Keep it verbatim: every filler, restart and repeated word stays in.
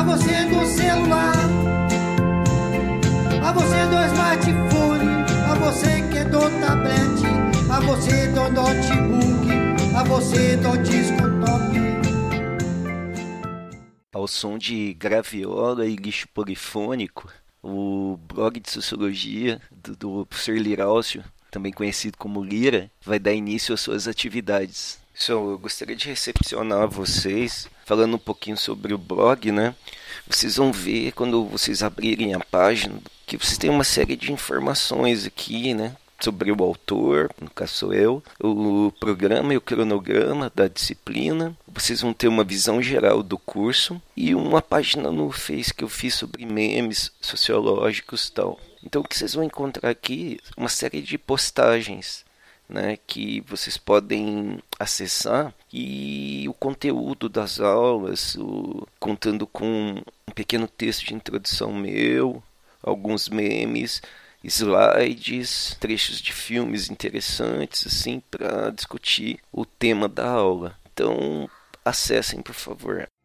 você do celular, a você do smartphone, a você que é do tablet, a você do notebook, a você do disco top. Ao som de graviola e lixo polifônico, o blog de sociologia do, do professor Liráucio, também conhecido como Lira, vai dar início às suas atividades. Pessoal, eu gostaria de recepcionar vocês falando um pouquinho sobre o blog, né? Vocês vão ver quando vocês abrirem a página que vocês têm uma série de informações aqui, né? Sobre o autor, no caso sou eu, o programa e o cronograma da disciplina. Vocês vão ter uma visão geral do curso e uma página no Face que eu fiz sobre memes sociológicos e tal. Então o que vocês vão encontrar aqui é uma série de postagens, né, que vocês podem acessar, e o conteúdo das aulas, o, contando com um pequeno texto de introdução meu, alguns memes, slides, trechos de filmes interessantes assim para discutir o tema da aula. Então acessem, por favor.